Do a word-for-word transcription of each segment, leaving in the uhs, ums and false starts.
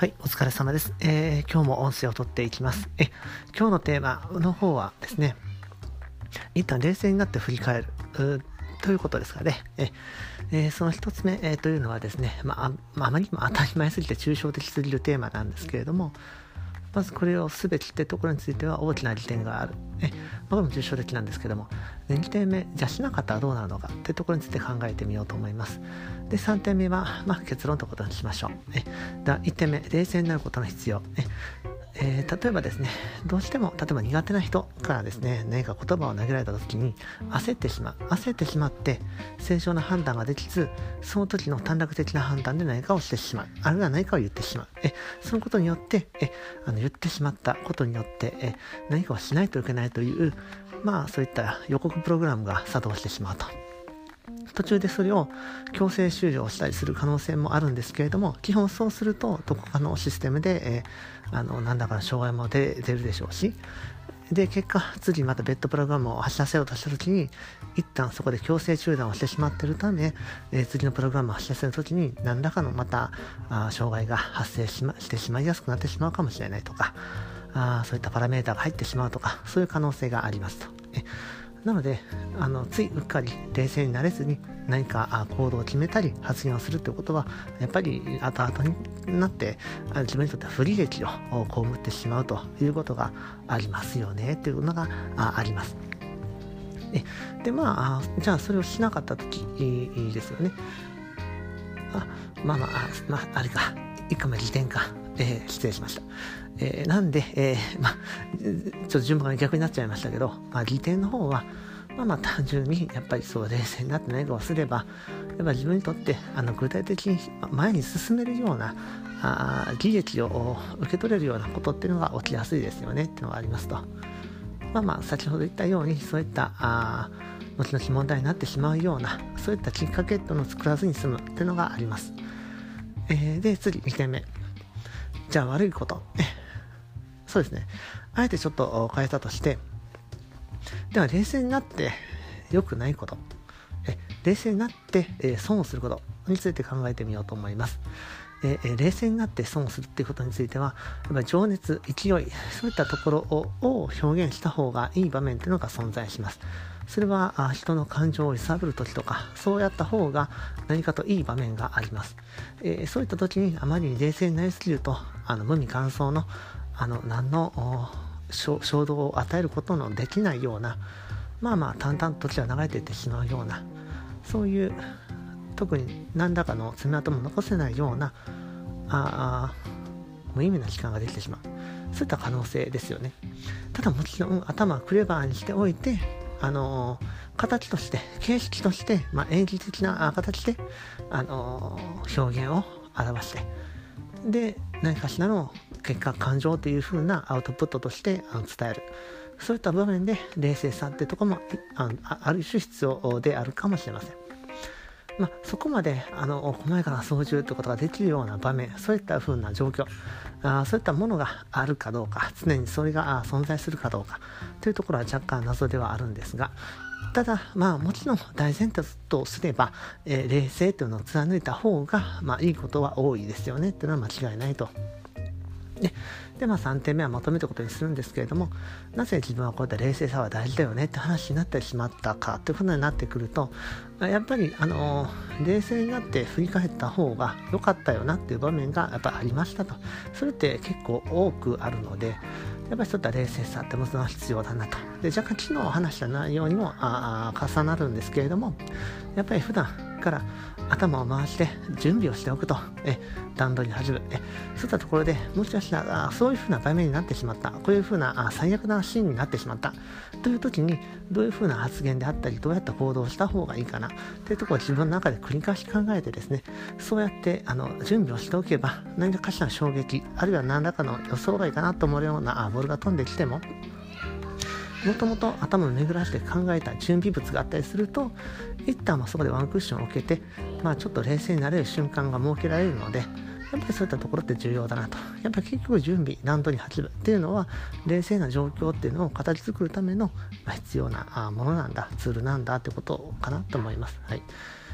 はい、お疲れ様です。えー今日も音声を取っていきます。え、今日のテーマの方はですね、一旦冷静になって振り返るうーということですかね。え、えーその一つ目、えーというのはですね、まあ、あまああまりにも当たり前すぎて抽象的すぎるテーマなんですけれども、まずこれをすべきってところについては大きな利点がある。え、まあ、これも抽象的なんですけども、にてんめ、じゃあしなかったらどうなるのかってところについて考えてみようと思います。で、さんてんめは、まあ、結論ということにしましょう。え、だいってんめ、冷静になることの必要。ええー例えばですね、どうしても例えば苦手な人からですね、何か言葉を投げられた時に焦ってしまう焦ってしまって正常な判断ができず、その時の短絡的な判断で何かをしてしまう、あるいは何かを言ってしまう。えそのことによってえあの言ってしまったことによってえ何かをしないといけないという、まあそういった予告プログラムが作動してしまうと。途中でそれを強制終了したりする可能性もあるんですけれども、基本そうするとどこかのシステムで、えー、あの何らかの障害も出、出るでしょうし、で結果次また別途プログラムを発射せようとしたときに一旦そこで強制中断をしてしまっているため、えー、次のプログラムを発射するときに何らかのまたあ障害が発生し、ま、してしまいやすくなってしまうかもしれないとか、あそういったパラメータが入ってしまうとか、そういう可能性がありますと。えなのであのついうっかり冷静になれずに何か行動を決めたり発言をするということはやっぱり後々になって自分にとっては不利益を被ってしまうということがありますよねというのがあります。えでまあじゃあそれをしなかった時ですよね。あまあまああ、まあ、あれかいっかめ利点か、えー、失礼しました。えー、なんで、えー、まあちょっと順番が逆になっちゃいましたけど、まあ、利点の方はまあまあ単純にやっぱりそう冷静になって何かをすればやっぱり自分にとってあの具体的に前に進めるようなあ利益を受け取れるようなことっていうのが起きやすいですよねっていうのがありますと。まあまあ先ほど言ったようにそういったあ後々問題になってしまうようなそういったきっかけっていうのを作らずに済むっていうのがあります。えー、で次にてんめ、じゃあ悪いことえそうですね、あえてちょっと変えたとして、では冷静になって良くないこと、え冷静になって、えー、損をすることについて考えてみようと思います。えー、冷静になって損をするっていうことについてはやっぱり情熱、勢い、そういったところをを表現した方がいい場面っていうのが存在します。それはあ人の感情を揺さぶるときとか、そうやった方が何かといい場面があります。えー、そういったときにあまりに冷静になりすぎるとあの無味乾燥のあの何の衝動を与えることのできないような、まあまあ淡々と時が流れていってしまうような、そういう特に何らかの爪痕も残せないようなあ無意味な期間ができてしまう、そういった可能性ですよね。ただもちろん頭をクレバーにしておいて、あのー、形として形式として、まあ、演技的な形で、あのー、表現を表して、で何かしらの結果感情という風なアウトプットとしてあの伝える、そういった場面で冷静さっていうところも あ, ある種必要であるかもしれません。まあ、そこまであの細やかな操縦ということができるような場面、そういった風な状況、あそういったものがあるかどうか、常にそれが存在するかどうかというところは若干謎ではあるんですが、ただまあもちろん大前提とすれば、えー、冷静というのを貫いた方がまあいいことは多いですよねっていうのは間違いないと。でで、まあ、さんてんめはまとめることにするんですけれども、なぜ自分はこういった冷静さは大事だよねって話になってしまったかということになってくると、やっぱり、あのー、冷静になって振り返った方が良かったよなっていう場面がやっぱありましたと。それって結構多くあるので、やっぱりそういった冷静さってものすごく必要だなと。で若干昨日話した内容にもあ重なるんですけれども、やっぱり普段から頭を回して準備をしておくと、え段取り始めえそういったところでもしかしたらあそういうふうな場面になってしまった、こういうふうなあ最悪なシーンになってしまったという時にどういうふうな発言であったりどうやった行動をした方がいいかなというところを自分の中で繰り返し考えてですね、そうやってあの準備をしておけば何かしらの衝撃あるいは何らかの予想外かなと思うようなあボールが飛んできてももともと頭を巡らして考えた準備物があったりすると、一旦はそこでワンクッションを受けて、まあ、ちょっと冷静になれる瞬間が設けられるので、やっぱりそういったところって重要だなと。やっぱり結局準備、段取り、発部っていうのは冷静な状況っていうのを形作るための必要なものなんだ、ツールなんだってことかなと思います。はい。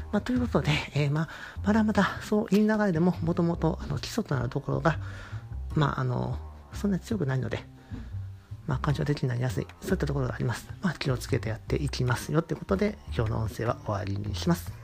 まあ、ということで、えー、まあ、まだまだそう言いながらでも、もともと基礎となるところが、まあ、あの、そんなに強くないので、まあ、感情的になりやすい、そういったところがあります。まあ、気をつけてやっていきますよということで、今日の音声は終わりにします。